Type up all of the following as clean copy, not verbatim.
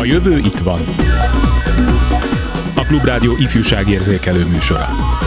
A jövő itt van. A Klubrádió ifjúságérzékelő műsora.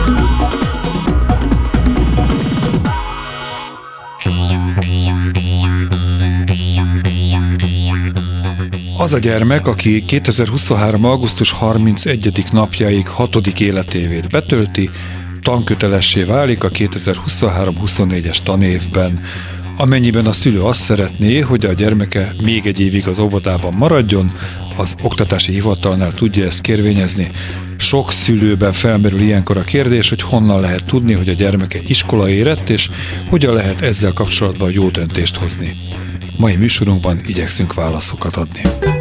Az a gyermek, aki 2023. augusztus 31. napjáig 6. életévét betölti, tankötelessé válik a 2023-24-es tanévben. Amennyiben a szülő azt szeretné, hogy a gyermeke még egy évig az óvodában maradjon, az oktatási hivatalnál tudja ezt kérvényezni. Sok szülőben felmerül ilyenkor a kérdés, hogy honnan lehet tudni, hogy a gyermeke iskolaérett, és hogyan lehet ezzel kapcsolatban jó döntést hozni. Mai műsorunkban igyekszünk válaszokat adni.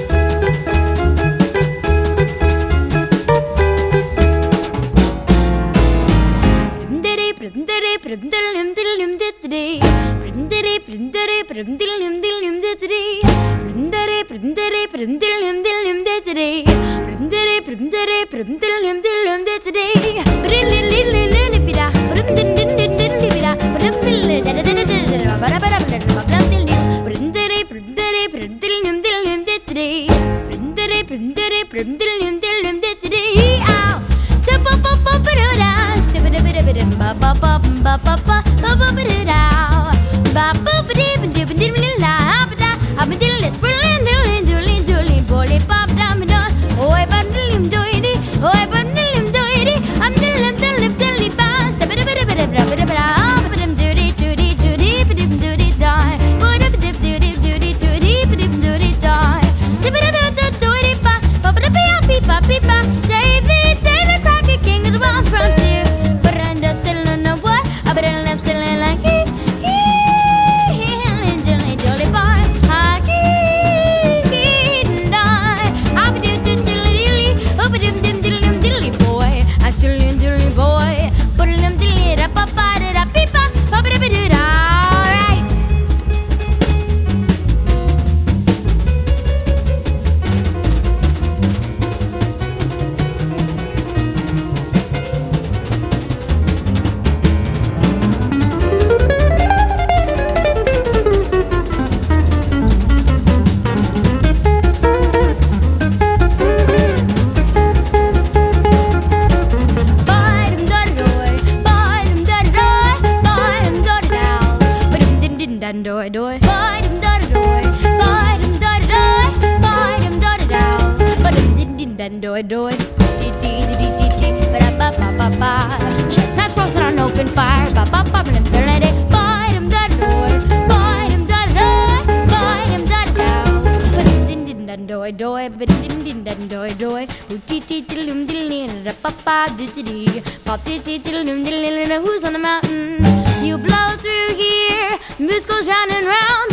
Who's on the mountain? You blow through here, moose goes round and round.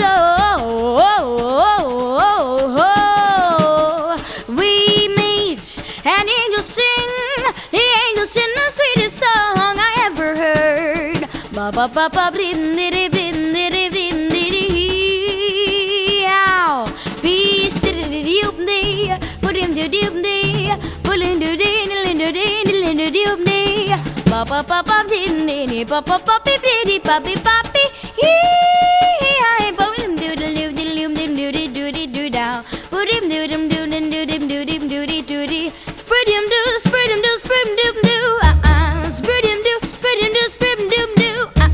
Oh, oh, oh, oh, oh. We meet and angels sing. The angels sing the sweetest song I ever heard. Ba ba ba ba blim diddy blim diddy blim diddy. Ow, peace diddy diddy doop dee, put him do doop dee, put him do dee do dee do doop dee. Pa pa pa pa dee dee pa pa pa dee dee pa dee pa dee. Hey, put him do do do do do do do do do down. Put him do do do do do do do do do. Spread him do, spread him do, spread him do do. Spread him do, spread him do, spread him do do.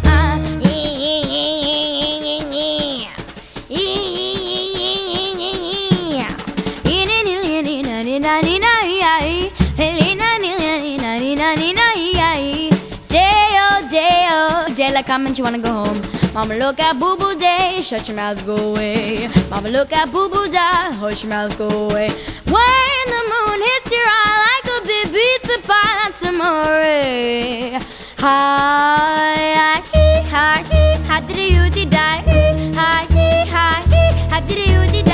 Like I'm and you wanna go home. Mama look at boo boo day, shut your mouth, go away. Mama look at boo boo die, hush your mouth, go away. When the moon hits your eye like a big pizza pie, that's amore. Hi, hi, hi, did you die? Hi, hi, hi, did you die?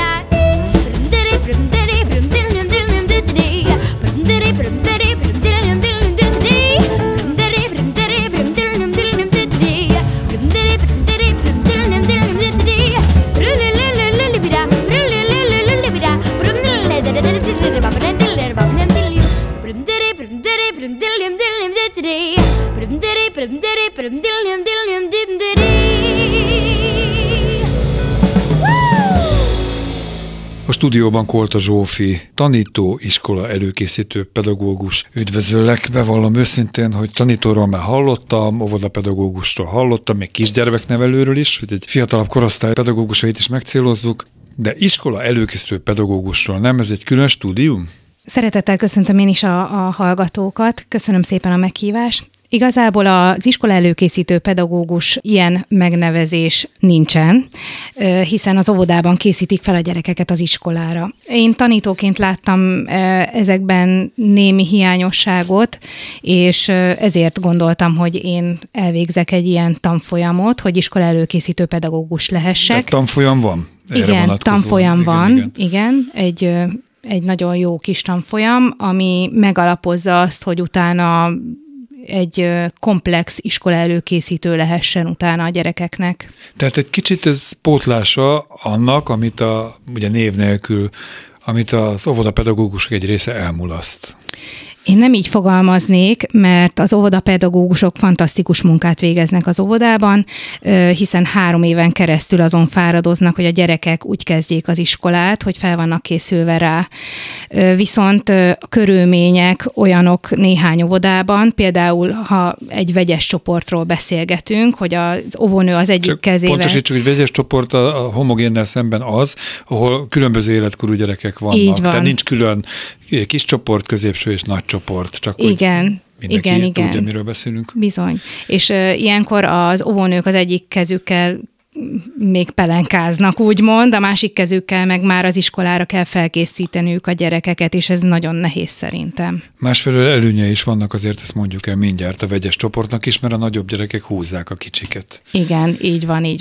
A stúdióban Kolta Zsófi, tanító, iskola előkészítő pedagógus. Üdvözöllek, bevallom őszintén, hogy tanítóról már hallottam, óvodapedagógusról hallottam, még kisgyermeknevelőről is, hogy egy fiatalabb korosztály pedagógusait is megcélozzuk, de iskola előkészítő pedagógusról nem, ez egy külön stúdium? Szeretettel köszöntöm én is a hallgatókat, köszönöm szépen a meghívást. Igazából az iskola előkészítő pedagógus ilyen megnevezés nincsen, hiszen az óvodában készítik fel a gyerekeket az iskolára. Én tanítóként láttam ezekben némi hiányosságot, és ezért gondoltam, hogy én elvégzek egy ilyen tanfolyamot, hogy iskola előkészítő pedagógus lehessek. Tehát tanfolyam van? Igen, tanfolyam van, igen. Egy nagyon jó kis tanfolyam, ami megalapozza azt, hogy utána egy komplex iskola előkészítő lehessen utána a gyerekeknek. Tehát egy kicsit ez pótlása annak, amit ugye név nélkül, amit az óvodapedagógusok egy része elmulaszt. Én nem így fogalmaznék, mert az óvodapedagógusok fantasztikus munkát végeznek az óvodában, hiszen 3 éven keresztül azon fáradoznak, hogy a gyerekek úgy kezdjék az iskolát, hogy fel vannak készülve rá. Viszont a körülmények olyanok néhány óvodában, például ha egy vegyes csoportról beszélgetünk, hogy az óvónő az egyik kezével... Pontosítsuk, hogy vegyes csoport a homogénnel szemben az, ahol különböző életkorú gyerekek vannak. Így van. Tehát nincs külön kis csoport, középső és nagy csoport, csak igen, mindenki tudja, miről beszélünk. Bizony. És ilyenkor az óvónők az egyik kezükkel még pelenkáznak, úgymond, a másik kezükkel meg már az iskolára kell felkészíteniük a gyerekeket, és ez nagyon nehéz szerintem. Másfelől előnyei is vannak, azért ezt mondjuk el mindjárt a vegyes csoportnak is, mert a nagyobb gyerekek húzzák a kicsiket. Igen, így van.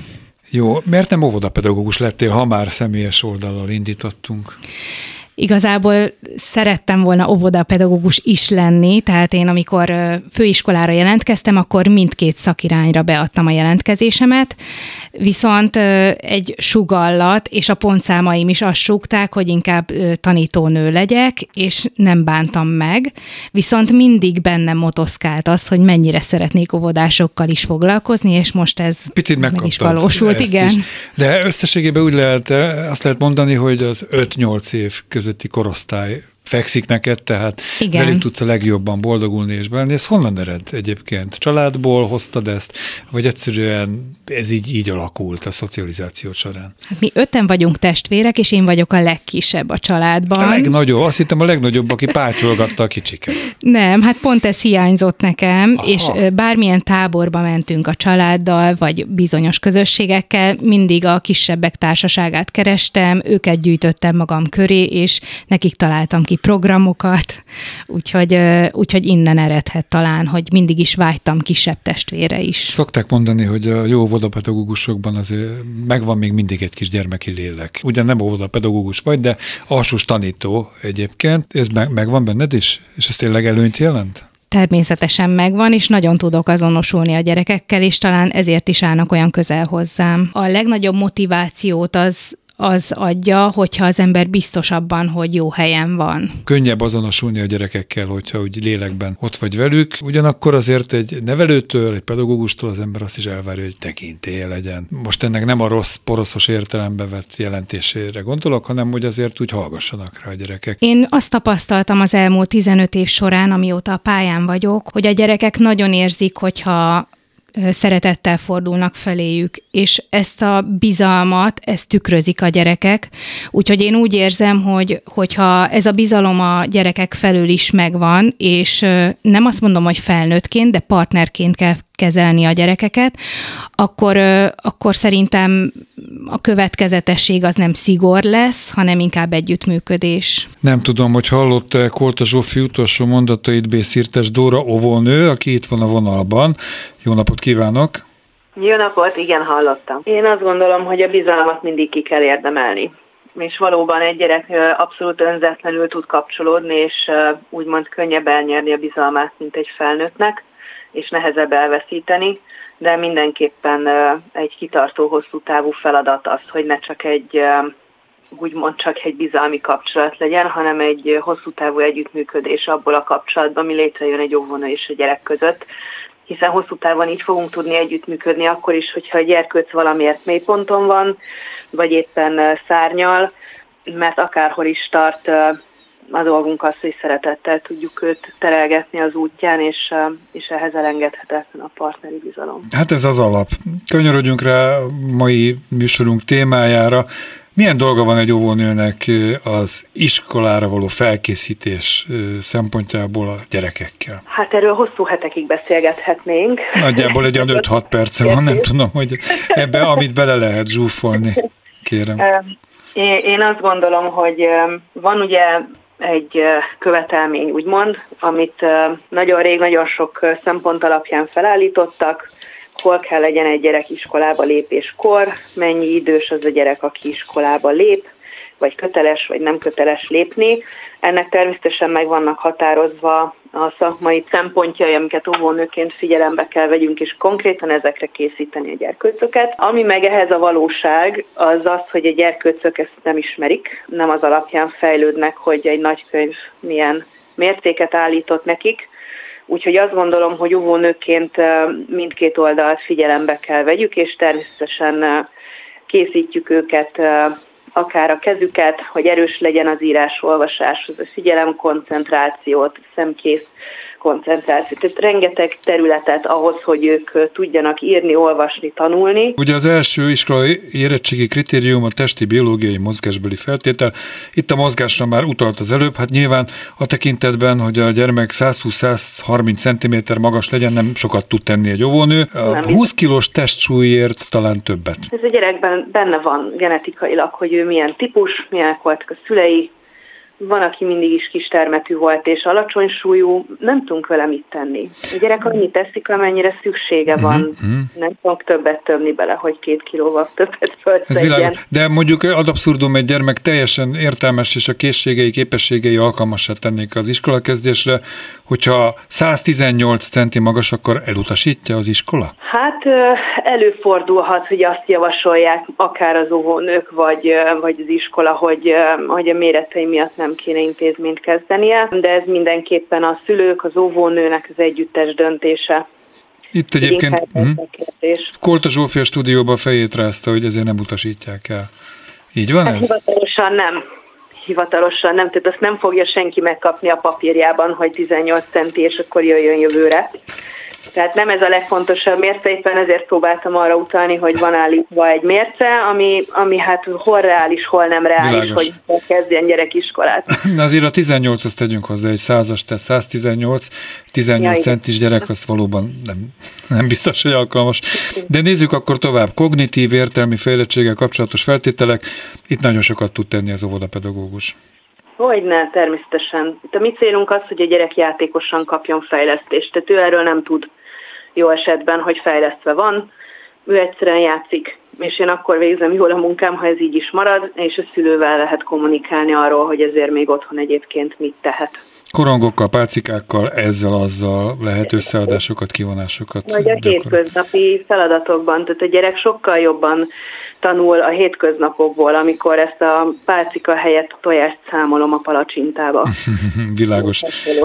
Jó, miért nem óvodapedagógus lettél, ha már személyes oldallal indítottunk? Igazából szerettem volna óvodapedagógus is lenni, tehát én amikor főiskolára jelentkeztem, akkor mindkét szakirányra beadtam a jelentkezésemet, viszont egy sugallat, és a pontszámaim is azt súgták, hogy inkább tanítónő legyek, és nem bántam meg, viszont mindig bennem motoszkált az, hogy mennyire szeretnék óvodásokkal is foglalkozni, és most ez picit meg is valósult, igen. Is. De összességében úgy azt lehet mondani, hogy az 5-8 év közötti korosztály fekszik neked, tehát igen, velük tudsz a legjobban boldogulni és belni. Ez honnan ered egyébként? Családból hoztad ezt, vagy egyszerűen ez így alakult a szocializáció során? Hát mi 5-en vagyunk testvérek, és én vagyok a legkisebb a családban. A legnagyobb? Azt hittem a legnagyobb, aki pátyolgatta a kicsiket. Nem, hát pont ez hiányzott nekem, Aha. És bármilyen táborba mentünk a családdal, vagy bizonyos közösségekkel, mindig a kisebbek társaságát kerestem, őket gyűjtöttem magam köré, és nekik találtam ki programokat, úgyhogy innen eredhet talán, hogy mindig is vágytam kisebb testvére is. Szokták mondani, hogy a jó óvodapedagógusokban azért megvan még mindig egy kis gyermeki lélek. Ugyan nem óvodapedagógus vagy, de alsós tanító egyébként. Ez megvan benned is? És ez tényleg előnyt jelent? Természetesen megvan, és nagyon tudok azonosulni a gyerekekkel, és talán ezért is állnak olyan közel hozzám. A legnagyobb motivációt az adja, hogyha az ember biztos abban, hogy jó helyen van. Könnyebb azonosulni a gyerekekkel, hogyha úgy lélekben ott vagy velük. Ugyanakkor azért egy nevelőtől, egy pedagógustól az ember azt is elvárja, hogy tekintélye legyen. Most ennek nem a rossz, poroszos értelembe vett jelentésére gondolok, hanem hogy azért úgy hallgassanak rá a gyerekek. Én azt tapasztaltam az elmúlt 15 év során, amióta a pályán vagyok, hogy a gyerekek nagyon érzik, hogyha szeretettel fordulnak feléjük, és ezt a bizalmat, ezt tükrözik a gyerekek. Úgyhogy én úgy érzem, hogyha ez a bizalom a gyerekek felől is megvan, és nem azt mondom, hogy felnőttként, de partnerként kell kezelni a gyerekeket, akkor szerintem a következetesség az nem szigor lesz, hanem inkább együttműködés. Nem tudom, hogy hallott Kolta Zsófi utolsó mondatait B. Szirtes Dóra óvónő, aki itt van a vonalban. Jó napot kívánok! Jó napot, igen, hallottam. Én azt gondolom, hogy a bizalmat mindig ki kell érdemelni. És valóban egy gyerek abszolút önzetlenül tud kapcsolódni, és úgymond könnyebb elnyerni a bizalmát, mint egy felnőttnek, és nehezebb elveszíteni, de mindenképpen egy kitartó, hosszú távú feladat az, hogy ne csak csak egy bizalmi kapcsolat legyen, hanem egy hosszú távú együttműködés abból a kapcsolatban, ami létrejön egy óvónő és a gyerek között, hiszen hosszú távon így fogunk tudni együttműködni akkor is, hogyha a gyerkőc valamiért mélyponton van, vagy éppen szárnyal, mert akárhol is tart, a dolgunk az, hogy szeretettel tudjuk őt terelgetni az útján, és ehhez elengedhetetlen a partneri bizalom. Hát ez az alap. Kanyarodjunk rá mai műsorunk témájára. Milyen dolga van egy óvónőnek az iskolára való felkészítés szempontjából a gyerekekkel? Hát erről hosszú hetekig beszélgethetnénk. Nagyjából egy 5-6 perce van, nem tudom, hogy ebbe, amit bele lehet zsúfolni, kérem. Én azt gondolom, hogy van ugye egy követelmény, úgymond, amit nagyon rég, nagyon sok szempont alapján felállítottak, hol kell legyen egy gyerek iskolába lépéskor, mennyi idős az a gyerek, aki iskolába lép, vagy köteles, vagy nem köteles lépni. Ennek természetesen meg vannak határozva a szakmai szempontjai, amiket óvónőként figyelembe kell vegyünk, és konkrétan ezekre készíteni a gyerkőcöket. Ami meg ehhez a valóság, az az, hogy a gyerkőcök ezt nem ismerik, nem az alapján fejlődnek, hogy egy nagykönyv milyen mértéket állított nekik. Úgyhogy azt gondolom, hogy óvónőként mindkét oldalt figyelembe kell vegyük, és természetesen készítjük őket, akár a kezüket, hogy erős legyen az írás-olvasáshoz, a figyelemkoncentrációt, szemkész koncentrációt, tehát rengeteg területet ahhoz, hogy ők tudjanak írni, olvasni, tanulni. Ugye az első iskolai érettségi kritérium a testi, biológiai, mozgásbeli feltétel. Itt a mozgásra már utalt az előbb, hát nyilván a tekintetben, hogy a gyermek 120-130 cm magas legyen, nem sokat tud tenni egy óvónő. A 20 kilós testsúlyért talán többet. Ez a gyerekben benne van genetikailag, hogy ő milyen típus, milyenek voltak a szülei. Van, aki mindig is kistermetű volt, és alacsony súlyú, nem tudunk vele mit tenni. A gyerek annyit teszik, amennyire szüksége van. Nem tudunk többet tömni bele, hogy 2 kilóval többet fölszedjen. De mondjuk ad abszurdum, egy gyermek teljesen értelmes, és a készségei, képességei alkalmassá tennék az iskolakezdésre, hogyha 118 centi magas, akkor elutasítja az iskola? Hát előfordulhat, hogy azt javasolják, akár az óvónők, vagy az iskola, hogy a méretei miatt nem kéne intézményt kezdenie, de ez mindenképpen a szülők, az óvónőnek az együttes döntése. Itt egyébként Kolta Zsófia stúdióban fejét rázta, hogy ezért nem utasítják el. Így van ez? Hivatalosan nem, tehát azt nem fogja senki megkapni a papírjában, hogy 18 centi, és akkor jöjjön jövőre. Tehát nem ez a legfontosabb mérce, éppen ezért próbáltam arra utalni, hogy van állítva egy mérce, ami hát hol reális, hol nem reális, világos, hogy kezdjen gyerekiskolát. De azért a 18, azt tegyünk hozzá, egy 100-as, tehát 18 centis gyerek, azt valóban nem biztos, hogy alkalmas. De nézzük akkor tovább. Kognitív, értelmi fejlettséggel kapcsolatos feltételek. Itt nagyon sokat tud tenni az óvodapedagógus. Hogyne, természetesen. Itt a mi célunk az, hogy a gyerek játékosan kapjon fejlesztést. Tehát ő erről nem tud jó esetben, hogy fejlesztve van. Ő egyszerűen játszik, és én akkor végzem jól a munkám, ha ez így is marad, és a szülővel lehet kommunikálni arról, hogy ezért még otthon egyébként mit tehet. Korongokkal, pálcikákkal, ezzel-azzal lehet összeadásokat, kivonásokat. Vagy a hétköznapi feladatokban, tehát a gyerek sokkal jobban tanul a hétköznapokból, amikor ezt a pálcika helyett tojást számolom a palacsintába. Világos.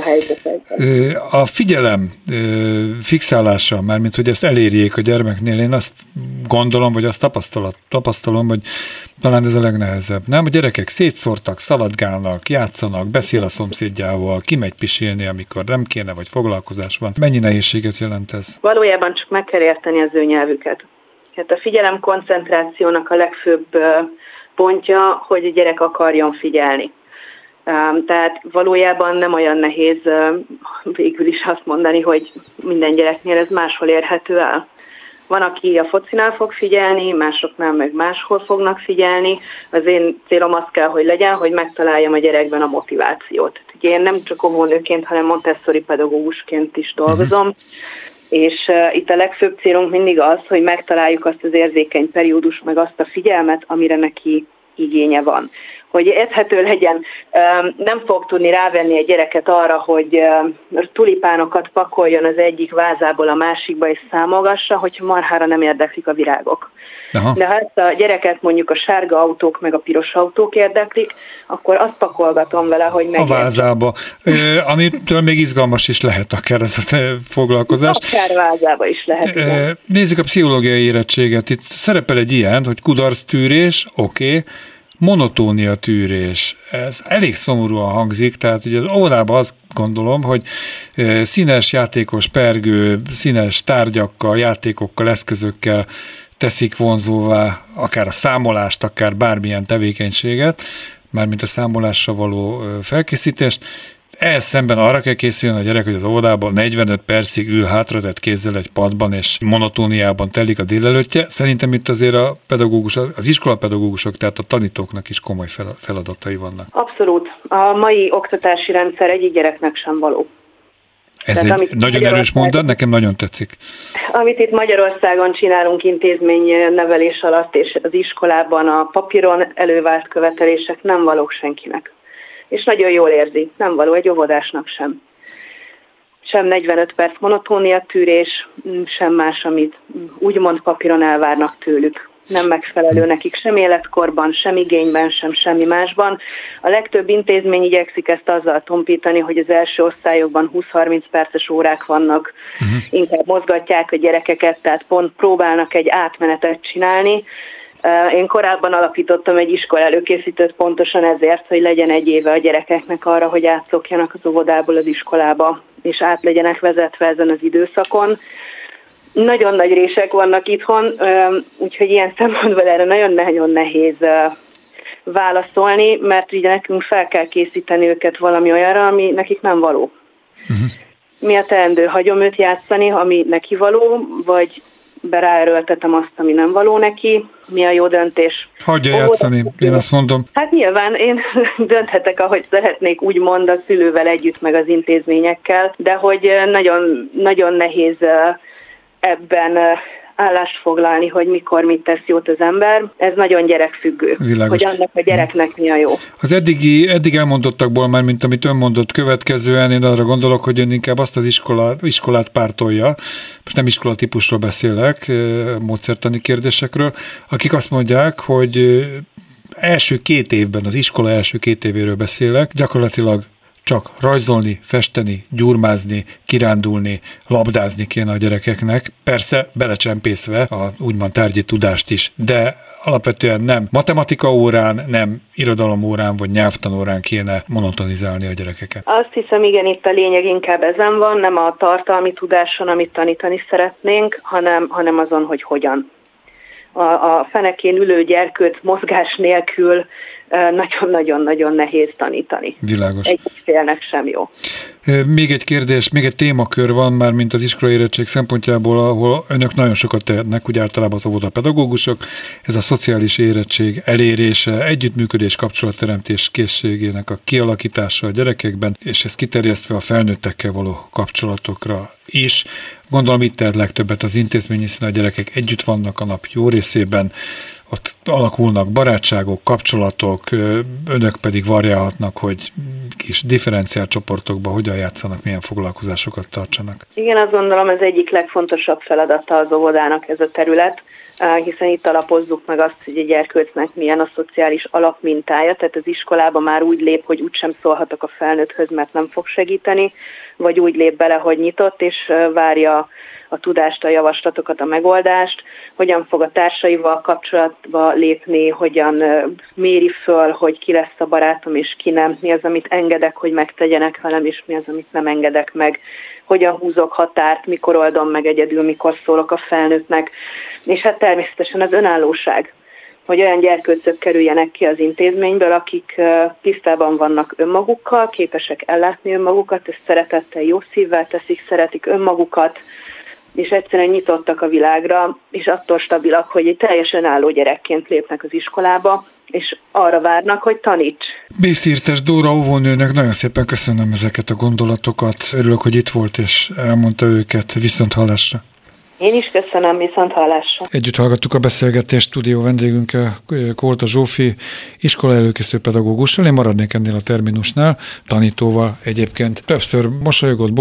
A figyelem fixálása, mármint hogy ezt elérjék a gyermeknél, én azt gondolom, vagy azt tapasztalom, hogy talán ez a legnehezebb. Nem? A gyerekek szétszórtak, szaladgálnak, játszanak, beszél a szomszédjával, kimegy pisilni, amikor nem kéne, vagy foglalkozás van. Mennyi nehézséget jelent ez? Valójában csak meg kell érteni az ő nyelvüket. Hát a figyelem koncentrációnak a legfőbb pontja, hogy a gyerek akarjon figyelni. Tehát valójában nem olyan nehéz végül is azt mondani, hogy minden gyereknél ez máshol érhető el. Van, aki a focinál fog figyelni, másoknál meg máshol fognak figyelni. Az én célom az kell, hogy legyen, hogy megtaláljam a gyerekben a motivációt. Ugye én nem csak óvónőként, hanem Montessori pedagógusként is dolgozom, és itt a legfőbb célunk mindig az, hogy megtaláljuk azt az érzékeny periódust, meg azt a figyelmet, amire neki igénye van. Hogy érthető legyen, nem fog tudni rávenni a gyereket arra, hogy tulipánokat pakoljon az egyik vázából a másikba és számolgassa, hogyha marhára nem érdeklik a virágok. Aha. De ha ezt a gyereket mondjuk a sárga autók meg a piros autók érdeklik, akkor azt pakolgatom vele, hogy megértse. A vázába, amitől még izgalmas is lehet akár ez a foglalkozás. Akár vázába is lehet. Nézzük a pszichológiai érettséget. Itt szerepel egy ilyen, hogy kudarctűrés, oké. monotónia tűrés. Ez elég szomorúan hangzik, tehát ugye az óvodában azt gondolom, hogy színes játékos pergő, színes tárgyakkal, játékokkal, eszközökkel teszik vonzóvá akár a számolást, akár bármilyen tevékenységet, mármint a számolással való felkészítést. Ehhez szemben arra kell készüljön a gyerek, hogy az óvodában 45 percig ül hátratett kézzel egy padban, és monotóniában telik a délelőttje. Szerintem itt azért a pedagógus, az iskolapedagógusok, tehát a tanítóknak is komoly feladatai vannak. Abszolút. A mai oktatási rendszer egyik gyereknek sem való. Ez tehát, egy nagyon erős mondat, nekem nagyon tetszik. Amit itt Magyarországon csinálunk intézménynevelés alatt, és az iskolában a papíron elővált követelések nem valók senkinek. És nagyon jól érzi, nem való egy óvodásnak sem. Sem 45 perc monotónia tűrés, sem más, amit úgymond papíron elvárnak tőlük. Nem megfelelő nekik sem életkorban, sem igényben, sem semmi másban. A legtöbb intézmény igyekszik ezt azzal tompítani, hogy az első osztályokban 20-30 perces órák vannak, inkább mozgatják a gyerekeket, tehát pont próbálnak egy átmenetet csinálni. Én korábban alapítottam egy iskola előkészítőt pontosan ezért, hogy legyen egy éve a gyerekeknek arra, hogy átszokjanak az óvodából az iskolába, és át legyenek vezetve ezen az időszakon. Nagyon nagy rések vannak itthon, úgyhogy ilyen szempontból erre nagyon-nagyon nehéz válaszolni, mert ugye nekünk fel kell készíteni őket valami olyanra, ami nekik nem való. Mi a teendő? Hagyom őt játszani, ami neki való, vagy ráerőltetem azt, ami nem való neki? Mi a jó döntés? Hagyja játszani, én azt mondom. Hát nyilván én dönthetek, ahogy szeretnék, úgymond a szülővel együtt, meg az intézményekkel, de hogy nagyon, nagyon nehéz ebben állást foglalni, hogy mikor mit tesz jót az ember. Ez nagyon gyerekfüggő, világos. Hogy annak a gyereknek mi a jó. Az eddig elmondottakból már, mint amit ön mondott következően, én arra gondolok, hogy ön inkább azt az iskolát pártolja, most nem iskolatípusról beszélek, módszertani kérdésekről, akik azt mondják, hogy első 2 évben, az iskola első 2 évéről beszélek, gyakorlatilag csak rajzolni, festeni, gyurmázni, kirándulni, labdázni kéne a gyerekeknek, persze belecsempészve a úgymond tárgyi tudást is, de alapvetően nem matematika órán, nem irodalom órán vagy nyelvtan órán kéne monotonizálni a gyerekeket. Azt hiszem, igen, itt a lényeg inkább ezen van, nem a tartalmi tudáson, amit tanítani szeretnénk, hanem azon, hogy hogyan. A fenekén ülő gyerkőt mozgás nélkül nagyon-nagyon-nagyon nehéz tanítani. Világos. Egyik félnek sem jó. Még egy kérdés, még egy témakör van már, mint az iskolai érettség szempontjából, ahol önök nagyon sokat tehetnek, úgy általában az óvodapedagógusok, ez a szociális érettség elérése, együttműködés, kapcsolatteremtés készségének a kialakítása a gyerekekben, és ez kiterjesztve a felnőttekkel való kapcsolatokra is. Gondolom itt tehet legtöbbet az intézmény, hiszen a gyerekek együtt vannak a nap jó részében, ott alakulnak barátságok, kapcsolatok, önök pedig variálhatnak, hogy kis differenciált csoportokban hogyan játszanak, milyen foglalkozásokat tartsanak. Igen, azt gondolom, ez egyik legfontosabb feladata az óvodának ez a terület, hiszen itt alapozzuk meg azt, hogy a gyerkőcnek milyen a szociális alapmintája, tehát az iskolában már úgy lép, hogy úgysem szólhatok a felnőtthöz, mert nem fog segíteni, vagy úgy lép bele, hogy nyitott, és várja a tudást, a javaslatokat, a megoldást, hogyan fog a társaival kapcsolatba lépni, hogyan méri föl, hogy ki lesz a barátom és ki nem, mi az, amit engedek, hogy megtegyenek velem, és mi az, amit nem engedek meg, hogyan húzok határt, mikor oldom meg egyedül, mikor szólok a felnőttnek, és hát természetesen az önállóság, hogy olyan gyerkőcök kerüljenek ki az intézményből, akik tisztában vannak önmagukkal, képesek ellátni önmagukat, ezt szeretettel, jó szívvel teszik, szeretik önmagukat, és egyszerűen nyitottak a világra, és attól stabilak, hogy egy teljesen önálló gyerekként lépnek az iskolába, és arra várnak, hogy taníts. Bészirtes Dóra óvónőnek nagyon szépen köszönöm ezeket a gondolatokat. Örülök, hogy itt volt, és elmondta őket. Viszonthallásra. Én is köszönöm, viszont hallásra. Együtt hallgattuk a beszélgetést stúdió vendégünkkel, Kolta Zsófi, iskola előkészítő pedagógussal. Én maradnék ennél a terminusnál, tanítóval egyébként. Többször mosolygott,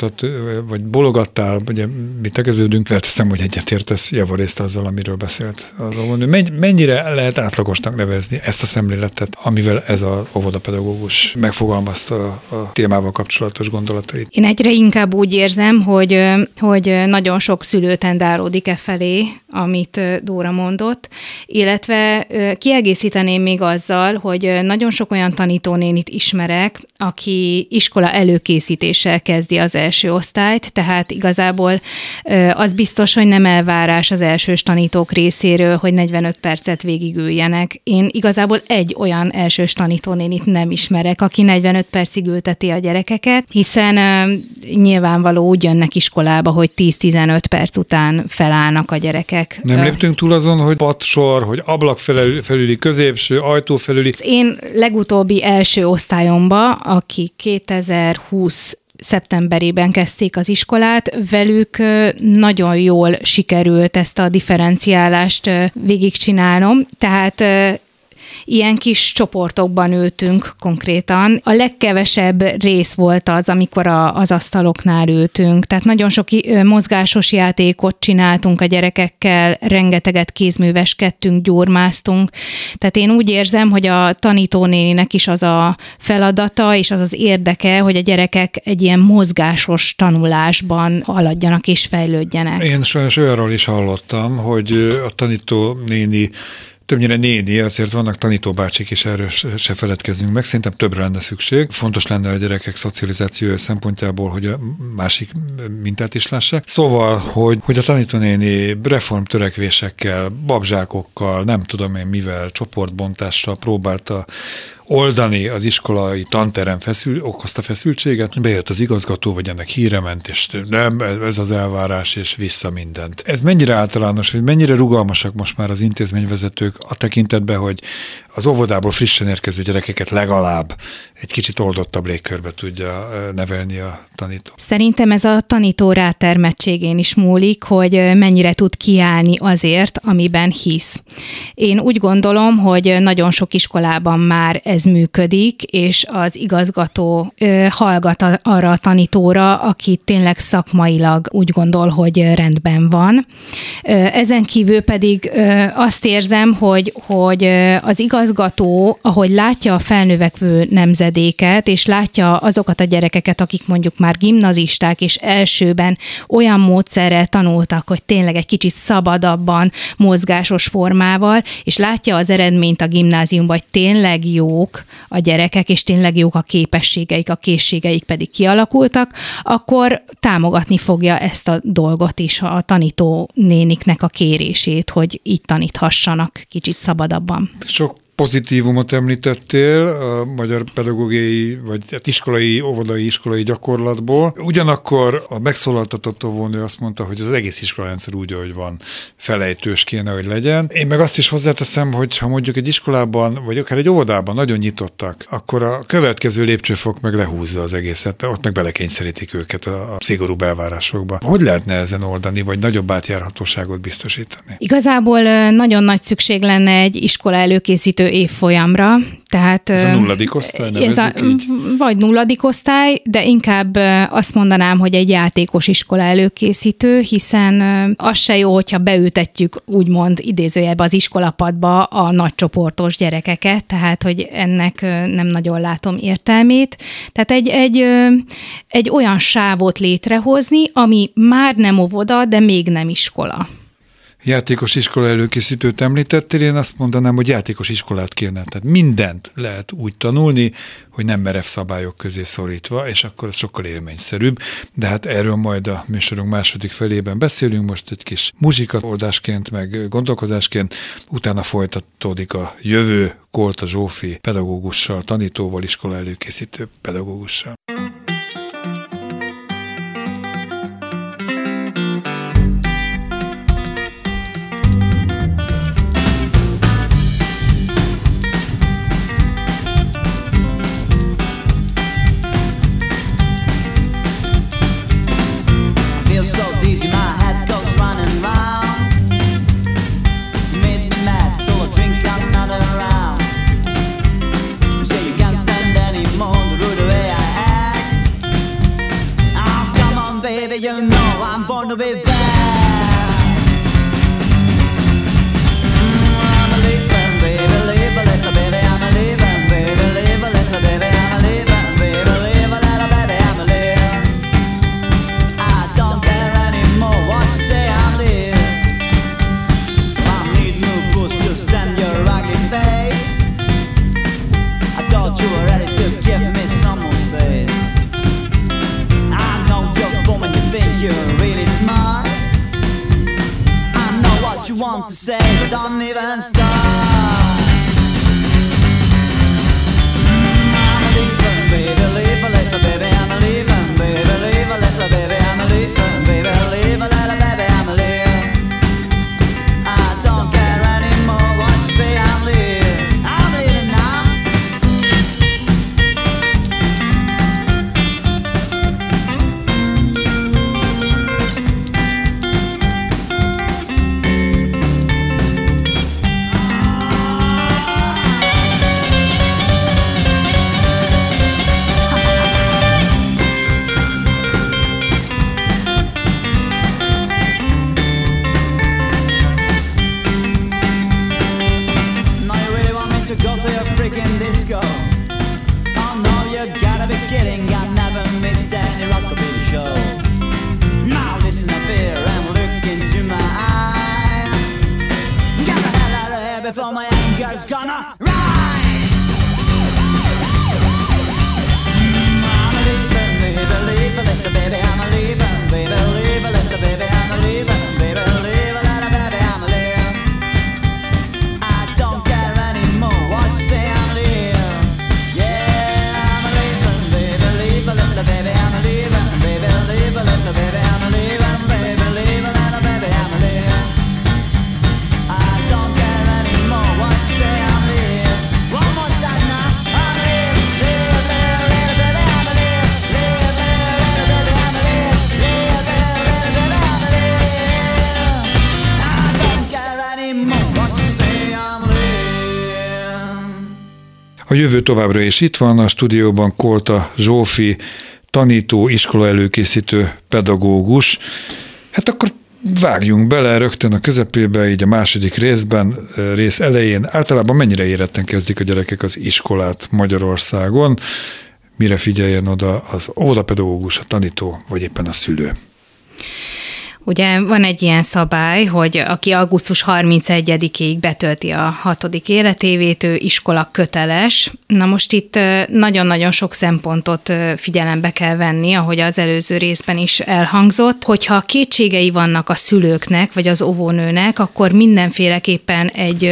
bólogattál, ugye mi tegeződünk, felteszem, hogy egyetértesz javarészt azzal, amiről beszélt az óvónő. Mennyire lehet átlagosnak nevezni ezt a szemléletet, amivel ez az óvodapedagógus megfogalmazta a témával kapcsolatos gondolatait? Én egyre inkább úgy érzem, hogy nagyon sok szülő tendálódik felé, amit Dóra mondott, illetve kiegészíteném még azzal, hogy nagyon sok olyan tanítónénit ismerek, aki iskola előkészítéssel kezdi az első osztályt, tehát igazából az biztos, hogy nem elvárás az elsős tanítók részéről, hogy 45 percet végigüljenek. Én igazából egy olyan elsős tanítónénit nem ismerek, aki 45 percig ülteti a gyerekeket, hiszen nyilvánvaló úgy jönnek iskolába, hogy 10-15 perc után felállnak a gyerekek. Nem léptünk túl azon, hogy padsor, hogy ablak felüli, középső, ajtó felüli. Én legutóbbi első osztályomba, aki 2020 szeptemberében kezdték az iskolát, velük nagyon jól sikerült ezt a differenciálást végigcsinálnom, tehát ilyen kis csoportokban ültünk konkrétan. A legkevesebb rész volt az, amikor az asztaloknál ültünk. Tehát nagyon sok mozgásos játékot csináltunk a gyerekekkel, rengeteget kézműveskedtünk, gyurmáztunk. Tehát én úgy érzem, hogy a tanítónéninek is az a feladata, és az az érdeke, hogy a gyerekek egy ilyen mozgásos tanulásban haladjanak és fejlődjenek. Én sajnos olyanról is hallottam, hogy a tanítónéni többnyire néni, azért vannak tanítóbácsik is, erről se feledkezzünk meg. Szerintem többre lenne szükség. Fontos lenne a gyerekek szocializációja szempontjából, hogy a másik mintát is lássák. Szóval, hogy a tanítónéni reformtörekvésekkel, babzsákokkal, nem tudom én mivel, csoportbontással próbálta oldani az iskolai tanterem okozta feszültséget, bejött az igazgató, vagy ennek híre ment, és nem, ez az elvárás, és vissza mindent. Ez mennyire általános, hogy mennyire rugalmasak most már az intézményvezetők a tekintetben, hogy az óvodából frissen érkező gyerekeket legalább egy kicsit oldottabb légkörbe tudja nevelni a tanító? Szerintem ez a tanító rátermettségén is múlik, hogy mennyire tud kiállni azért, amiben hisz. Én úgy gondolom, hogy nagyon sok iskolában már ez működik, és az igazgató hallgat arra a tanítóra, aki tényleg szakmailag úgy gondol, hogy rendben van. Ezen kívül pedig azt érzem, hogy az igazgató, ahogy látja a felnövekvő nemzedéket, és látja azokat a gyerekeket, akik mondjuk már gimnazisták, és elsőben olyan módszerrel tanultak, hogy tényleg egy kicsit szabadabban, mozgásos formával, és látja az eredményt a gimnáziumban, hogy tényleg jók a gyerekek, és tényleg jók a képességeik, a készségeik pedig kialakultak, akkor támogatni fogja ezt a dolgot is, a tanító néniknek a kérését, hogy így taníthassanak kicsit szabadabban. Sok pozitívumot említettél a magyar pedagógiai, vagy iskolai, óvodai iskolai gyakorlatból. Ugyanakkor a megszólaltatott óvónő azt mondta, hogy az egész iskolarendszer úgy, ahogy van, felejtős kéne, hogy legyen. Én meg azt is hozzáteszem, hogy ha mondjuk egy iskolában, vagy akár egy óvodában nagyon nyitottak, akkor a következő lépcsőfok meg lehúzza az egészet, ott meg belekényszerítik őket a szigorú elvárásokba. Hogy lehetne ezen oldani, vagy nagyobb átjárhatóságot biztosítani? Igazából nagyon nagy szükség lenne egy iskola előkészítő évfolyamra. Tehát, ez a nulladik osztály, nevezzük így? Vagy nulladik osztály, de inkább azt mondanám, hogy egy játékos iskola előkészítő, hiszen az se jó, hogyha beültetjük úgymond idézőjelbe az iskolapadba a nagycsoportos gyerekeket, tehát hogy ennek nem nagyon látom értelmét. Tehát egy olyan sávot létrehozni, ami már nem óvoda, de még nem iskola. Játékos iskola előkészítőt említettél, én azt mondanám, hogy játékos iskolát kéne. Tehát mindent lehet úgy tanulni, hogy nem merev szabályok közé szorítva, és akkor ez sokkal élményszerűbb. De hát erről majd a műsorunk második felében beszélünk, most egy kis muzsika oldásként, meg gondolkozásként, utána folytatódik a jövő Kolta Zsófi pedagógussal, tanítóval, iskola előkészítő pedagógussal. Say you can't stand anymore the rude way I am. want to say, but don't even start. I'm a leaving, baby, leave a little baby, I'm a leaving, baby, leave a little baby, I'm a leaving, baby, leave a little baby, I'm a leaving. I don't care anymore what you say, I'm leaving now. Go to your freaking disco. Oh no, you gotta be kidding, I never missed any rockabilly show. Now listen up here and look into my eye. Get the hell out of here before my anger's gonna rise. I'm a leaving, baby, leave a little baby, I'm a leaving, baby, leave a little baby, I'm a leaving, baby, leave a little baby, I'm a leaving. I don't care anymore what you say, I'm leaving. Yeah, I'm a leaving, baby, leave a little baby, I'm a leaving, baby, leave a little baby, I'm a leaving, baby, leave a little baby, I'm a leaving. I don't care anymore what you say, I'm leaving. One more time now, I'm leaving, leave, little baby, I'm a leaving, leave, little baby, I'm a leaving, leave, little baby, I'm a leaving. I don't care anymore what you say, I'm leaving. A jövő továbbra is itt van, a stúdióban Kolta Zsófi, tanító, iskola előkészítő pedagógus. Hát akkor vágjunk bele rögtön a közepébe, így a második rész elején. Általában mennyire éretten kezdik a gyerekek az iskolát Magyarországon? Mire figyeljen oda az óvodapedagógus, a tanító, vagy éppen a szülő? Ugye van egy ilyen szabály, hogy aki augusztus 31-ig betölti a 6. életévét, ő iskola köteles. Na most itt nagyon-nagyon sok szempontot figyelembe kell venni, ahogy az előző részben is elhangzott. Hogyha kétségei vannak a szülőknek, vagy az óvónőnek, akkor mindenféleképpen egy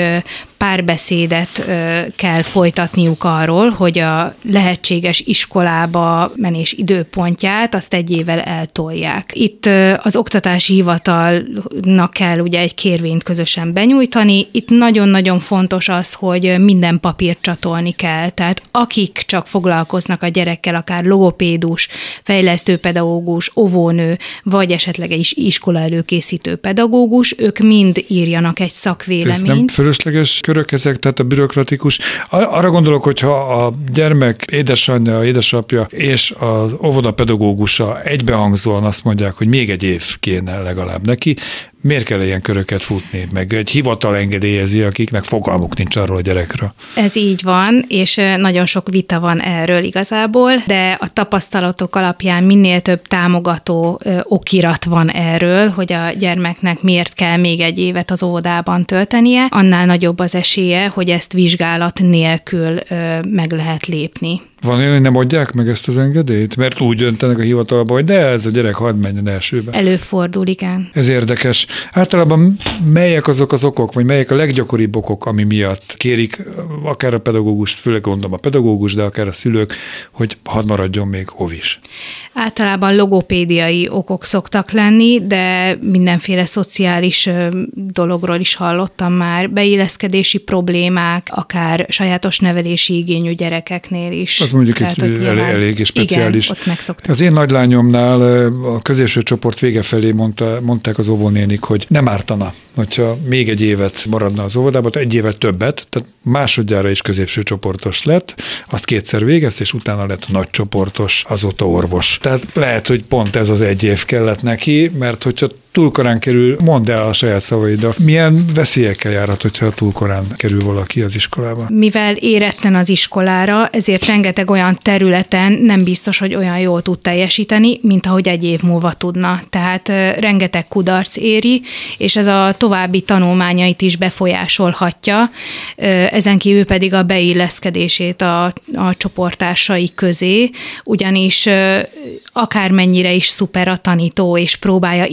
párbeszédet kell folytatniuk arról, hogy a lehetséges iskolába menés időpontját azt egy évvel eltolják. Itt az oktatási hivatalnak kell ugye egy kérvényt közösen benyújtani. Itt nagyon-nagyon fontos az, hogy minden papírt csatolni kell. Tehát akik csak foglalkoznak a gyerekkel, akár logopédus, fejlesztőpedagógus, óvónő, vagy esetleg egy iskola előkészítő pedagógus, ők mind írjanak egy szakvéleményt. Ez nem fölösleges körök ezek, tehát a bürokratikus. Arra gondolok, hogyha a gyermek édesanyja, édesapja és az óvodapedagógusa egybehangzóan azt mondják, hogy még egy év kéne legalább neki, miért kell ilyen köröket futni? Meg egy hivatal engedélyezi, akiknek fogalmuk nincs arról a gyerekről. Ez így van, és nagyon sok vita van erről igazából, de a tapasztalatok alapján minél több támogató okirat van erről, hogy a gyermeknek miért kell még egy évet az óvodában töltenie, annál nagyobb az esélye, hogy ezt vizsgálat nélkül meg lehet lépni. Van olyan, hogy nem adják meg ezt az engedélyt? Mert úgy döntenek a hivatalba, hogy de ez a gyerek hadd menjen elsőbe. Előfordul, igen. Ez érdekes. Általában melyek azok az okok, vagy melyek a leggyakoribb okok, ami miatt kérik akár a pedagógust, főleg gondolom a pedagógus, de akár a szülők, hogy hadd maradjon még óvis? Általában logopédiai okok szoktak lenni, de mindenféle szociális dologról is hallottam már, beilleszkedési problémák, akár sajátos nevelési igényű gyerekeknél is. Az mondjuk egy elég speciális. Igen, ott megszoktak. Az én nagylányomnál a középső csoport vége felé mondták az óvónénik, hogy nem ártana, hogyha még egy évet maradna az óvodában, egy évet többet, tehát másodjára is középső csoportos lett, azt kétszer végezt, és utána lett nagy csoportos, azóta orvos. Tehát lehet, hogy pont ez az egy év kellett neki, mert hogyha túl korán kerül, mondd el a saját szavaidat. Milyen veszélyekkel járhat, hogyha túl korán kerül valaki az iskolába? Mivel éretten az iskolára, ezért rengeteg olyan területen nem biztos, hogy olyan jól tud teljesíteni, mint ahogy egy év múlva tudna. Tehát rengeteg kudarc éri, és ez a további tanulmányait is befolyásolhatja, ezen kívül pedig a beilleszkedését a csoporttársai közé, ugyanis akármennyire is szuper a tanító, és próbálja integrálni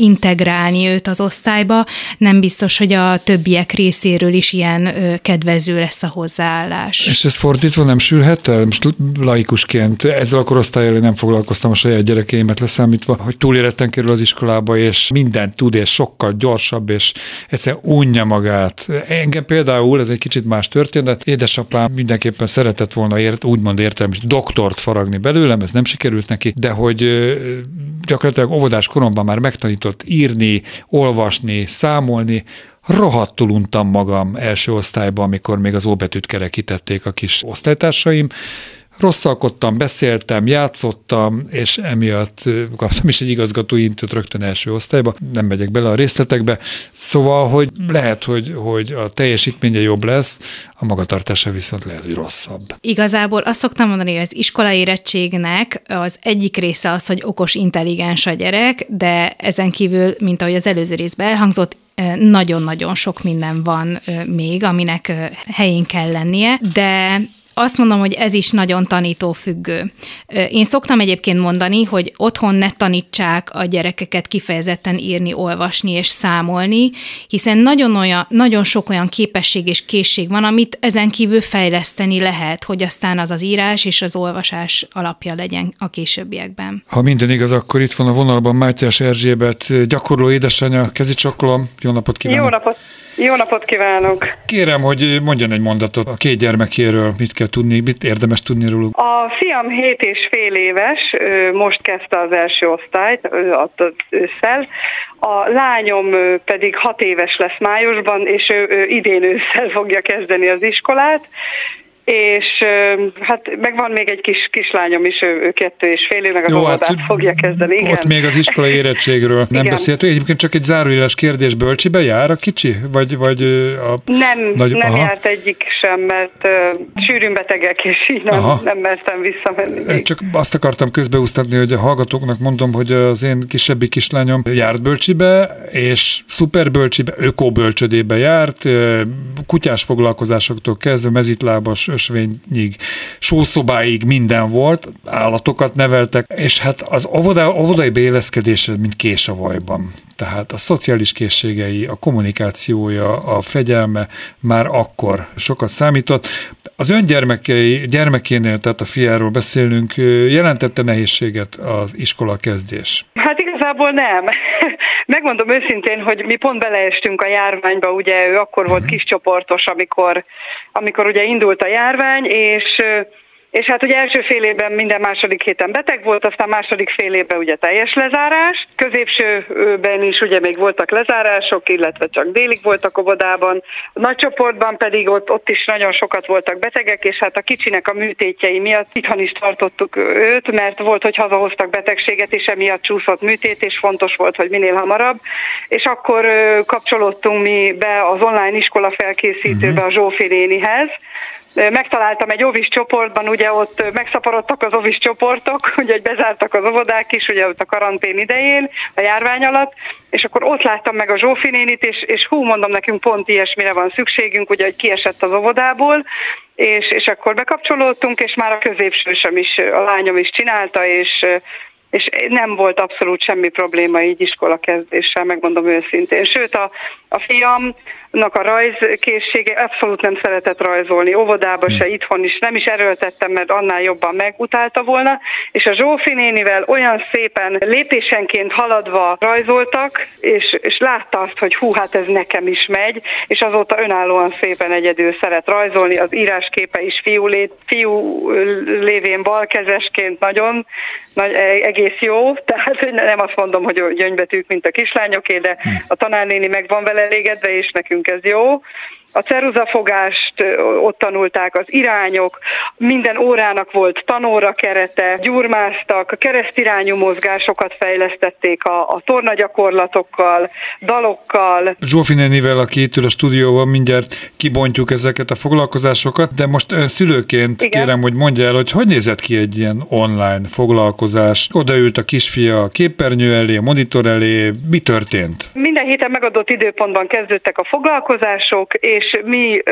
integrálni őt az osztályba, nem biztos, hogy a többiek részéről is ilyen kedvező lesz a hozzáállás. És ez fordítva nem sülhet el? Most laikusként ezzel a korosztállyal én nem foglalkoztam, a saját gyerekeimet leszámítva, hogy túléretten kerül az iskolába, és mindent tud, és sokkal gyorsabb, és egyszerűen unja magát. Engem például, ez egy kicsit más történet, édesapám mindenképpen szeretett volna úgymond értelmes doktort faragni belőlem, ez nem sikerült neki, de hogy gyakorlatilag óvodás koromban már megtanított írni, olvasni, számolni, rohadtul untam magam első osztályban, amikor még az óbetűt kerekítették a kis osztálytársaim. Rosszalkodtam, beszéltem, játszottam, és emiatt kaptam is egy igazgatói intőt rögtön első osztályba, nem megyek bele a részletekbe. Szóval, hogy lehet, hogy a teljesítménye jobb lesz, a magatartása viszont lehet, hogy rosszabb. Igazából azt szoktam mondani, hogy az iskolai érettségnek az egyik része az, hogy okos, intelligens a gyerek, de ezen kívül, mint ahogy az előző részben elhangzott, nagyon-nagyon sok minden van még, aminek helyén kell lennie, de azt mondom, hogy ez is nagyon tanítófüggő. Én szoktam egyébként mondani, hogy otthon ne tanítsák a gyerekeket kifejezetten írni, olvasni és számolni, hiszen nagyon sok olyan képesség és készség van, amit ezen kívül fejleszteni lehet, hogy aztán az írás és az olvasás alapja legyen a későbbiekben. Ha minden igaz, akkor itt van a vonalban Mátyás Erzsébet, gyakorló édesanyja. Kezi csokkolom, jó napot kívánok! Jó napot! Jó napot kívánok! Kérem, hogy mondjon egy mondatot a két gyermekéről, mit kell tudni, mit érdemes tudni róluk. A fiam 7,5 éves, most kezdte az első osztályt, ősszel. A lányom pedig 6 éves lesz májusban, és ő idén ősszel fogja kezdeni az iskolát. És hát meg van még egy kislányom is, ő 2,5 meg az óvodát fogja kezdeni. Igen. Ott még az iskolai érettségről nem beszéltünk. Egyébként csak egy zárójeles kérdés, bölcsibe jár a kicsi? Vagy a nem járt egyik sem, mert sűrűn betegek, és így nem mertem visszamenni még. Csak azt akartam közbeúsztatni, hogy a hallgatóknak mondom, hogy az én kisebbi kislányom járt bölcsibe, és szuperbölcsibe, ökobölcsödébe járt, kutyás foglalkozásoktól kezdve mezitlábas ösvényig, sószobáig minden volt, állatokat neveltek, és hát az óvodai beilleszkedése, mint kés a vajban. Tehát a szociális készségei, a kommunikációja, a fegyelme már akkor sokat számított. Az ön gyermekénél, tehát a fiáról beszélünk, jelentette nehézséget az iskola kezdés? Hát igazából nem. Megmondom őszintén, hogy mi pont beleestünk a járványba, ugye ő akkor volt kiscsoportos, amikor ugye indult a járvány, és hát ugye első fél évben minden második héten beteg volt, aztán második fél évben ugye teljes lezárás. Középsőben is ugye még voltak lezárások, illetve csak délig voltak óvodában. A nagy csoportban pedig ott is nagyon sokat voltak betegek, és hát a kicsinek a műtétjei miatt itthon is tartottuk őt, mert volt, hogy hazahoztak betegséget, és emiatt csúszott műtét, és fontos volt, hogy minél hamarabb. És akkor kapcsolódtunk mi be az online iskola felkészítőbe a Zsófi nénihez. Megtaláltam egy óvis csoportban, ugye ott megszaporodtak az óvis csoportok, ugye hogy bezártak az óvodák is, ugye ott a karantén idején, a járvány alatt, és akkor ott láttam meg a Zsófi nénit, és mondom, nekünk pont ilyesmire van szükségünk, ugye, hogy kiesett az óvodából, és akkor bekapcsolódtunk, és már a középsősöm is, a lányom is csinálta, és nem volt abszolút semmi probléma így iskolakezdéssel, megmondom őszintén. Sőt, a fiamnak a rajzkészsége, abszolút nem szeretett rajzolni, óvodába se, itthon is, nem is erőltettem, mert annál jobban megutálta volna, és a Zsófi nénivel olyan szépen lépésenként haladva rajzoltak, és látta azt, hogy hát ez nekem is megy, és azóta önállóan szépen egyedül szeret rajzolni, az írásképe is fiú lévén balkezesként nagyon egész jó, tehát nem azt mondom, hogy gyöngybetűk, mint a kislányoké, de a tanárnéni meg van vele elégedve, és nekünk ez jó. A ceruzafogást ott tanulták, az irányok, minden órának volt tanóra kerete, gyurmáztak, a keresztirányú mozgásokat fejlesztették a tornagyakorlatokkal, dalokkal. Zsófi nénivel, aki itt ül a stúdióban, mindjárt kibontjuk ezeket a foglalkozásokat, de most szülőként kérem, hogy mondja el, hogy nézett ki egy ilyen online foglalkozás. Odaült a kisfia a képernyő elé, a monitor elé, mi történt? Minden héten megadott időpontban kezdődtek a foglalkozások, és mi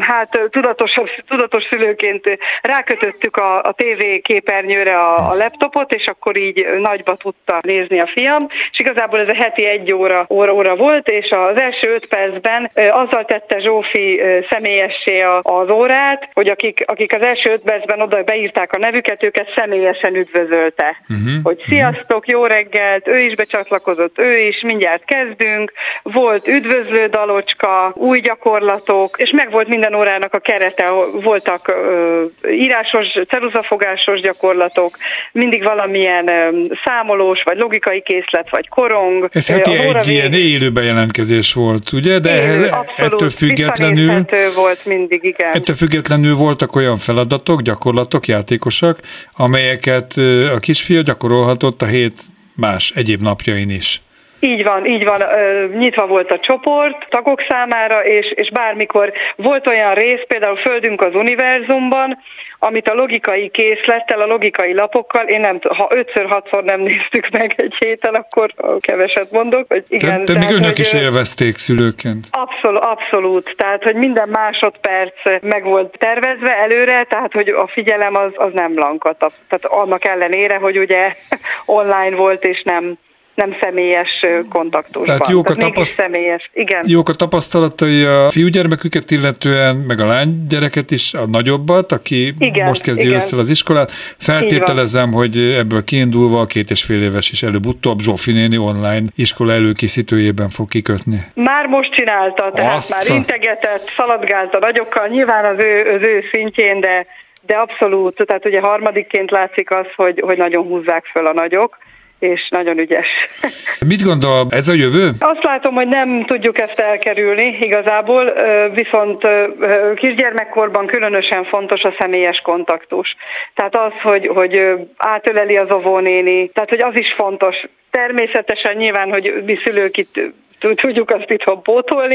tudatos szülőként rákötöttük a TV képernyőre a laptopot, és akkor így nagyba tudta nézni a fiam, és igazából ez a heti 1 óra volt, és az első 5 percben azzal tette Zsófi személyessé az órát, hogy akik az első 5 percben oda beírták a nevüket, őket személyesen üdvözölte. Hogy sziasztok, jó reggelt, ő is becsatlakozott, ő is, mindjárt kezdünk, volt üdvözlő dalocska, új gyakorlatok, és meg volt minden órának a kerete, voltak írásos, ceruzafogásos gyakorlatok, mindig valamilyen számolós, vagy logikai készlet, vagy korong. Ez heti egy ilyen élő bejelentkezés volt, ugye? De ettől függetlenül volt mindig, igen. Ettől függetlenül voltak olyan feladatok, gyakorlatok, játékosak, amelyeket a kisfia gyakorolhatott a hét más egyéb napjain is. Így van, nyitva volt a csoport tagok számára, és bármikor volt olyan rész, például Földünk az univerzumban, amit a logikai készlettel, a logikai lapokkal, ha 5-6-szor nem néztük meg egy héten, akkor keveset mondok. Hogy igen, te még önök is élvezték szülőként. Abszolút. Tehát, hogy minden másodperc meg volt tervezve előre, tehát, hogy a figyelem az nem lankadt. Tehát annak ellenére, hogy ugye online volt, és nem személyes kontaktusban. Tehát személyes. Igen. Jók a tapasztalatai a fiúgyermeküket illetően, meg a lánygyereket is, a nagyobbat, aki most kezdi ősszel az iskolát. Feltételezem, hogy ebből kiindulva a 2,5 éves is előbb-utóbb Zsófi néni online iskola előkészítőjében fog kikötni. Már most csinálta, tehát már integetett, szaladgált a nagyokkal, nyilván az ő szintjén, de abszolút, tehát ugye harmadikként látszik az, hogy nagyon húzzák föl a nagyok, és nagyon ügyes. Mit gondol, ez a jövő? Azt látom, hogy nem tudjuk ezt elkerülni igazából, viszont kisgyermekkorban különösen fontos a személyes kontaktus. Tehát az, hogy átöleli az óvónéni, tehát hogy az is fontos. Természetesen nyilván, hogy mi szülők itt tudjuk azt itthon pótolni,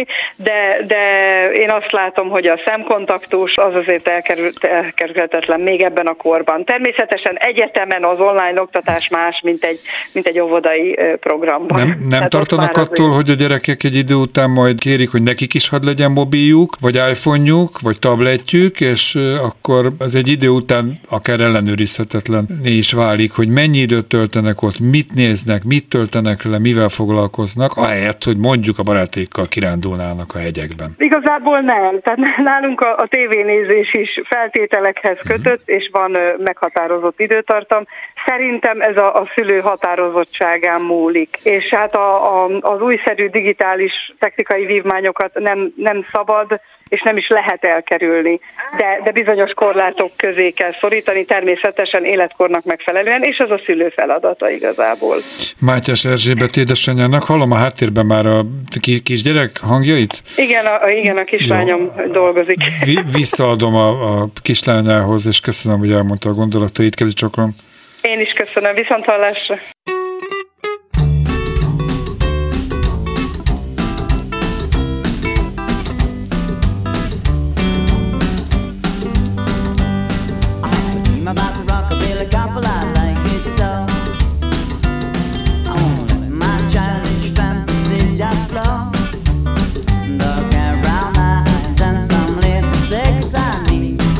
de én azt látom, hogy a szemkontaktus az azért elkerülhetetlen még ebben a korban. Természetesen egyetemen az online oktatás más, mint egy óvodai programban. Nem tartanak attól, hogy a gyerekek egy idő után majd kérik, hogy nekik is hadd legyen mobiljuk, vagy iPhone-juk, vagy tabletjük, és akkor az egy idő után akár ellenőrizhetetlenné is válik, hogy mennyi időt töltenek ott, mit néznek, mit töltenek le, mivel foglalkoznak, ahelyett, hogy mondjuk a barátaikkal kirándulnának a hegyekben. Igazából nem. Tehát nálunk a tévénézés is feltételekhez kötött, és van meghatározott időtartam. Szerintem ez a szülő határozottságán múlik. És hát az újszerű digitális technikai vívmányokat nem szabad, és nem is lehet elkerülni. De bizonyos korlátok közé kell szorítani, természetesen életkornak megfelelően, és az a szülő feladata igazából. Mátyás Erzsébet édesanyjának, hallom a háttérben már a kisgyerek hangjait? Igen, a kislányom dolgozik. Visszaadom a kislányához, és köszönöm, hogy elmondta a gondolatait. Kezi csokron. Én is köszönöm, viszonthallásra.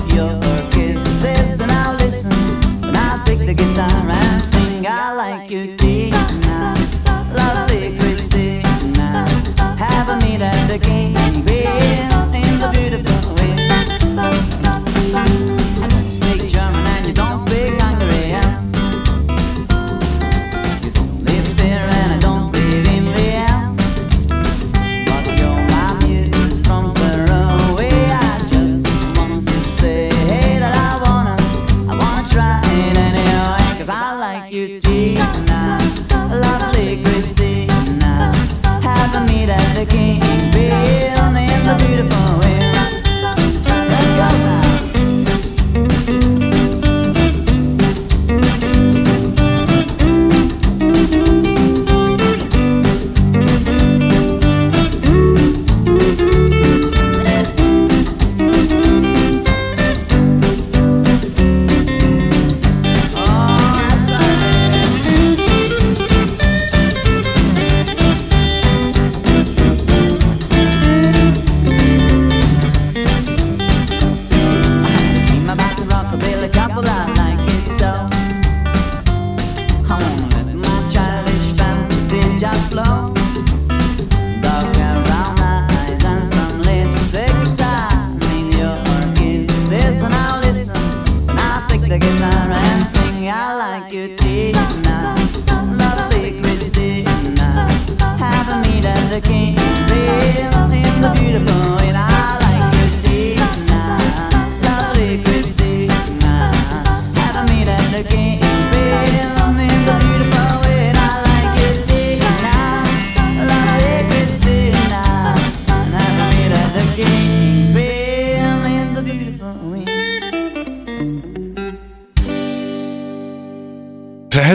The guitar and sing, I like you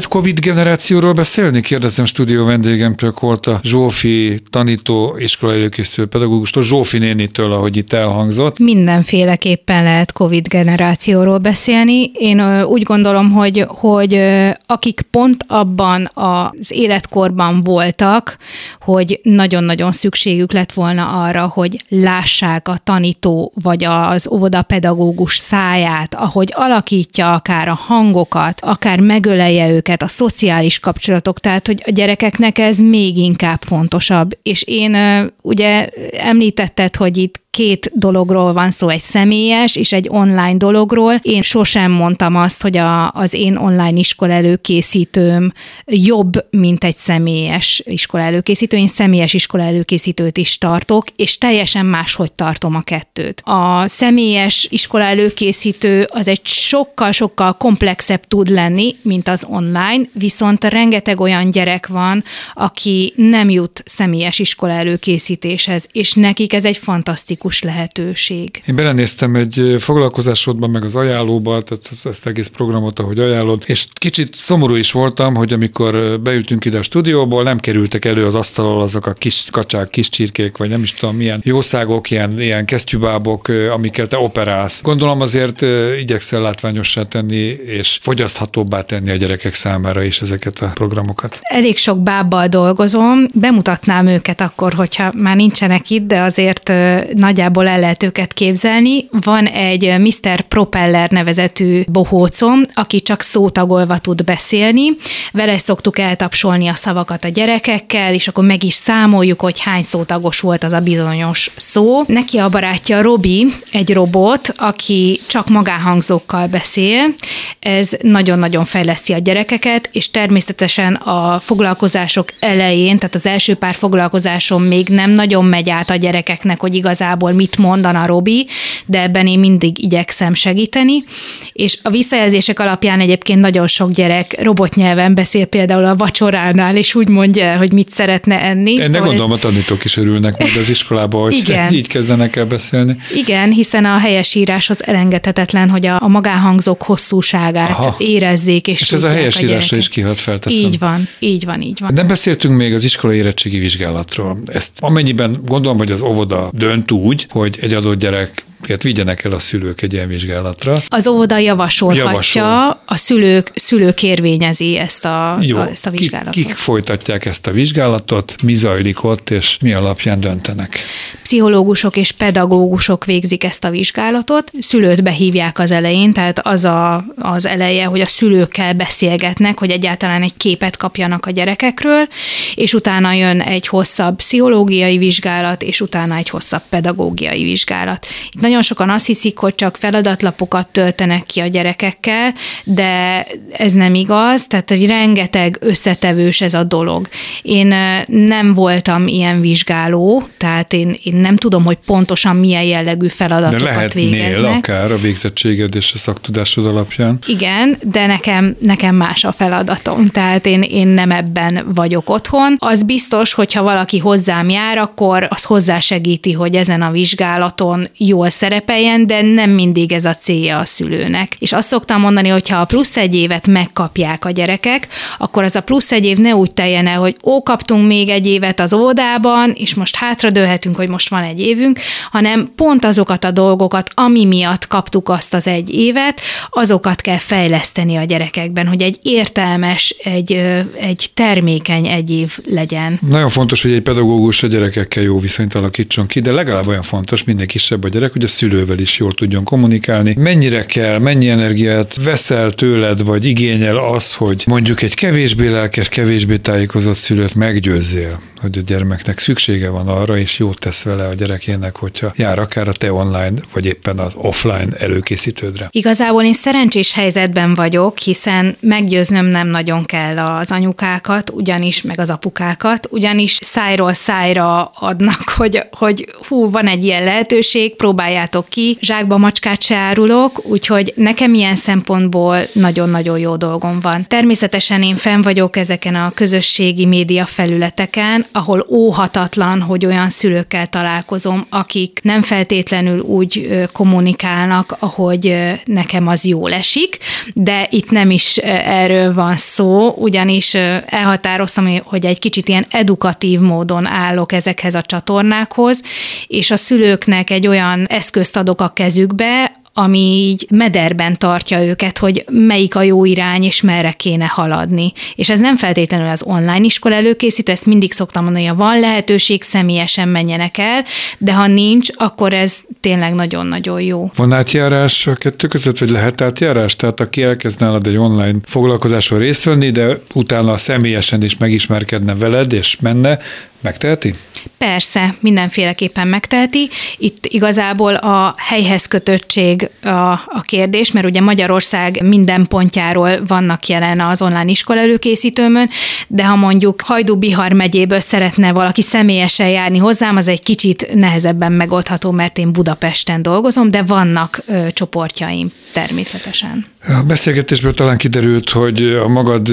Lehet Covid generációról beszélni? Kérdezem stúdió vendégemtől, Kolta Zsófi tanító, iskola előkészítő pedagógustól, Zsófi nénitől, ahogy itt elhangzott. Mindenféleképpen lehet Covid generációról beszélni. Én úgy gondolom, hogy akik pont abban az életkorban voltak, hogy nagyon-nagyon szükségük lett volna arra, hogy lássák a tanító vagy az óvodapedagógus száját, ahogy alakítja akár a hangokat, akár megölelje őket, a szociális kapcsolatok, tehát hogy a gyerekeknek ez még inkább fontosabb. És én ugye említetted, hogy itt két dologról van szó, egy személyes és egy online dologról. Én sosem mondtam azt, hogy az én online iskola előkészítőm jobb, mint egy személyes iskola előkészítő. Én személyes iskola előkészítőt is tartok, és teljesen máshogy tartom a kettőt. A személyes iskola előkészítő az egy sokkal-sokkal komplexebb tud lenni, mint az online, viszont rengeteg olyan gyerek van, aki nem jut személyes iskola előkészítéshez, és nekik ez egy fantasztikus lehetőség. Én belenéztem egy foglalkozásodban, meg az ajánlóban, tehát ezt egész programot, ahogy ajánlod, és kicsit szomorú is voltam, hogy amikor beültünk ide a stúdióból, nem kerültek elő az asztalról azok a kis kacsák, kis csirkék, vagy nem is tudom milyen jószágok, ilyen kesztyűbábok, amikkel te operálsz. Gondolom azért igyekszel látványossá tenni, és fogyaszthatóbbá tenni a gyerekek számára is ezeket a programokat. Elég sok bábbal dolgozom, bemutatnám őket akkor, hogyha már nincsenek itt, de azért nagyjából el lehet őket képzelni. Van egy Mr. Propeller nevezetű bohócom, aki csak szótagolva tud beszélni. Vele szoktuk eltapsolni a szavakat a gyerekekkel, és akkor meg is számoljuk, hogy hány szótagos volt az a bizonyos szó. Neki a barátja Robi, egy robot, aki csak magánhangzókkal beszél. Ez nagyon-nagyon fejleszti a gyerekeket, és természetesen a foglalkozások elején, tehát az első pár foglalkozáson még nem nagyon megy át a gyerekeknek, hogy igazából mit mondana Robi, de ebben én mindig igyekszem segíteni, és a visszajelzések alapján egyébként nagyon sok gyerek robotnyelven beszél például a vacsoránál, és úgy mondja, hogy mit szeretne enni. Én szóval gondolom, a tanítók is örülnek majd az iskolában, hogy igen, így kezdenek el beszélni. Igen, hiszen a helyesíráshoz elengedhetetlen, hogy a magánhangzók hosszúságát érezzék, és ez a helyesírásra is kihat, felteszem. Így van. Nem beszéltünk még az iskolai érettségi vizsgálatról. Ezt amennyiben gondolom, hogy az óvoda dönt úgy, hogy egy adott gyerek vigyenek el a szülők egy ilyen vizsgálatra. Az óvoda javasolhatja, a szülők kérvényezi ezt a vizsgálatot. Kik folytatják ezt a vizsgálatot, mi zajlik ott, és mi alapján döntenek? Pszichológusok és pedagógusok végzik ezt a vizsgálatot, szülőt behívják az elején, tehát az eleje, hogy a szülőkkel beszélgetnek, hogy egyáltalán egy képet kapjanak a gyerekekről, és utána jön egy hosszabb pszichológiai vizsgálat, és utána egy hosszabb pedagógiai vizsgálat. Itt nagyon sokan azt hiszik, hogy csak feladatlapokat töltenek ki a gyerekekkel, de ez nem igaz, tehát hogy rengeteg összetevős ez a dolog. Én nem voltam ilyen vizsgáló, tehát én nem tudom, hogy pontosan milyen jellegű feladatokat végeznek. De lehetnél akár a végzettséged és a szaktudásod alapján. Igen, de nekem más a feladatom, tehát én nem ebben vagyok otthon. Az biztos, hogyha valaki hozzám jár, akkor az hozzásegíti, hogy ezen a vizsgálaton jól szerepeljen, de nem mindig ez a célja a szülőnek. És azt szoktam mondani, hogy ha a plusz egy évet megkapják a gyerekek, akkor az a plusz egy év ne úgy teljen el, hogy kaptunk még egy évet az óvodában, és most hátradőlhetünk, hogy most van egy évünk, hanem pont azokat a dolgokat, ami miatt kaptuk azt az egy évet, azokat kell fejleszteni a gyerekekben, hogy egy értelmes, egy termékeny egy év legyen. Nagyon fontos, hogy egy pedagógus a gyerekekkel jó viszonyt alakítson ki, de legalább olyan fontos, minél kisebb a gyerek, hogy a szülővel is jól tudjon kommunikálni. Mennyire kell, mennyi energiát veszel tőled, vagy igényel az, hogy mondjuk egy kevésbé lelkes, kevésbé tájékozott szülőt meggyőzzél, hogy a gyermeknek szüksége van arra, és jót tesz vele a gyerekének, hogyha jár akár a te online, vagy éppen az offline előkészítődre. Igazából én szerencsés helyzetben vagyok, hiszen meggyőznöm nem nagyon kell az anyukákat, ugyanis, meg az apukákat, ugyanis szájról szájra adnak, hogy van egy ilyen lehetőség, próbáljátok ki, zsákba macskát se árulok, úgyhogy nekem ilyen szempontból nagyon-nagyon jó dolgom van. Természetesen én fenn vagyok ezeken a közösségi média felületeken, ahol óhatatlan, hogy olyan szülőkkel találkozom, akik nem feltétlenül úgy kommunikálnak, ahogy nekem az jól esik, de itt nem is erről van szó, ugyanis elhatároztam, hogy egy kicsit ilyen edukatív módon állok ezekhez a csatornákhoz, és a szülőknek egy olyan eszközt adok a kezükbe, ami így mederben tartja őket, hogy melyik a jó irány, és merre kéne haladni. És ez nem feltétlenül az online iskola előkészítő, ezt mindig szoktam mondani, hogy ha van lehetőség, személyesen menjenek el, de ha nincs, akkor ez tényleg nagyon-nagyon jó. Van átjárás a kettő között, vagy lehet átjárás? Tehát aki elkezd nálad egy online foglalkozáson részt venni, de utána személyesen is megismerkedne veled, és menne, megteheti? Persze, mindenféleképpen megteheti. Itt igazából a helyhez kötöttség a kérdés, mert ugye Magyarország minden pontjáról vannak jelen az online iskola előkészítőmön, de ha mondjuk Hajdú-Bihar megyéből szeretne valaki személyesen járni hozzám, az egy kicsit nehezebben megoldható, mert én Budapesten dolgozom, de vannak csoportjaim természetesen. A beszélgetésből talán kiderült, hogy a magad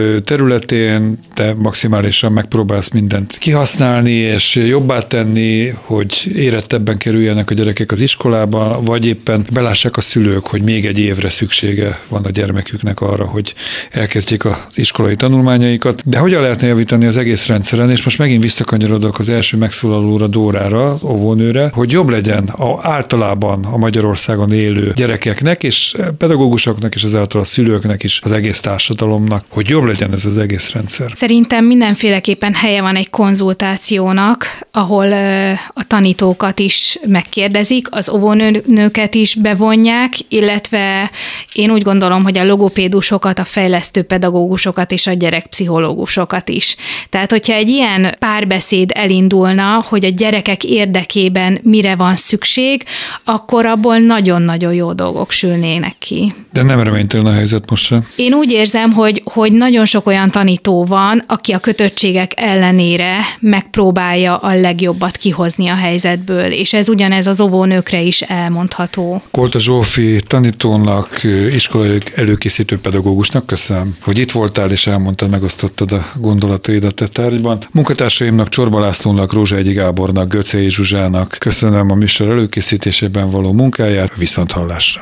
területén te maximálisan megpróbálsz mindent kihasználni, és jobbá tenni, hogy érettebben kerüljenek a gyerekek az iskolába, vagy éppen belássák a szülők, hogy még egy évre szüksége van a gyermeküknek arra, hogy elkezdjék az iskolai tanulmányaikat. De hogyan lehetne javítani az egész rendszeren, és most megint visszakanyarodok az első megszólalóra, Dórára, óvónőre, hogy jobb legyen általában a Magyarországon élő gyerekeknek, és pedagógusoknak, és ezáltal a szülőknek is, az egész társadalomnak, hogy jobb legyen ez az egész rendszer. Szerintem mindenféleképpen helye van egy konzultációnak, ahol a tanítókat is megkérdezik, az óvónőket is bevonják, illetve én úgy gondolom, hogy a logopédusokat, a fejlesztő pedagógusokat és a gyerekpszichológusokat is. Tehát, hogyha egy ilyen párbeszéd elindulna, hogy a gyerekek érdekében mire van szükség, akkor abból nagyon-nagyon jó dolgok sülnének ki. De nem reménytelen a helyzet most sem. Én úgy érzem, hogy nagyon sok olyan tanító van, aki a kötöttségek ellenére megpróbálja a legjobbat kihozni a helyzetből, és ez ugyanez az óvónőkre is elmondható. Kolta Zsófi tanítónak, iskolai előkészítő pedagógusnak köszönöm, hogy itt voltál és elmondtad, megosztottad a gondolataidat a tárgyban. Munkatársaimnak, Csorba Lászlónak, Rózsaegyi Gábornak, Göcei Zsuzsának köszönöm a műsor előkészítésében való munkáját, viszonthallásra.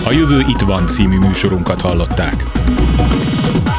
A Jövő itt van című műsorunkat hallották.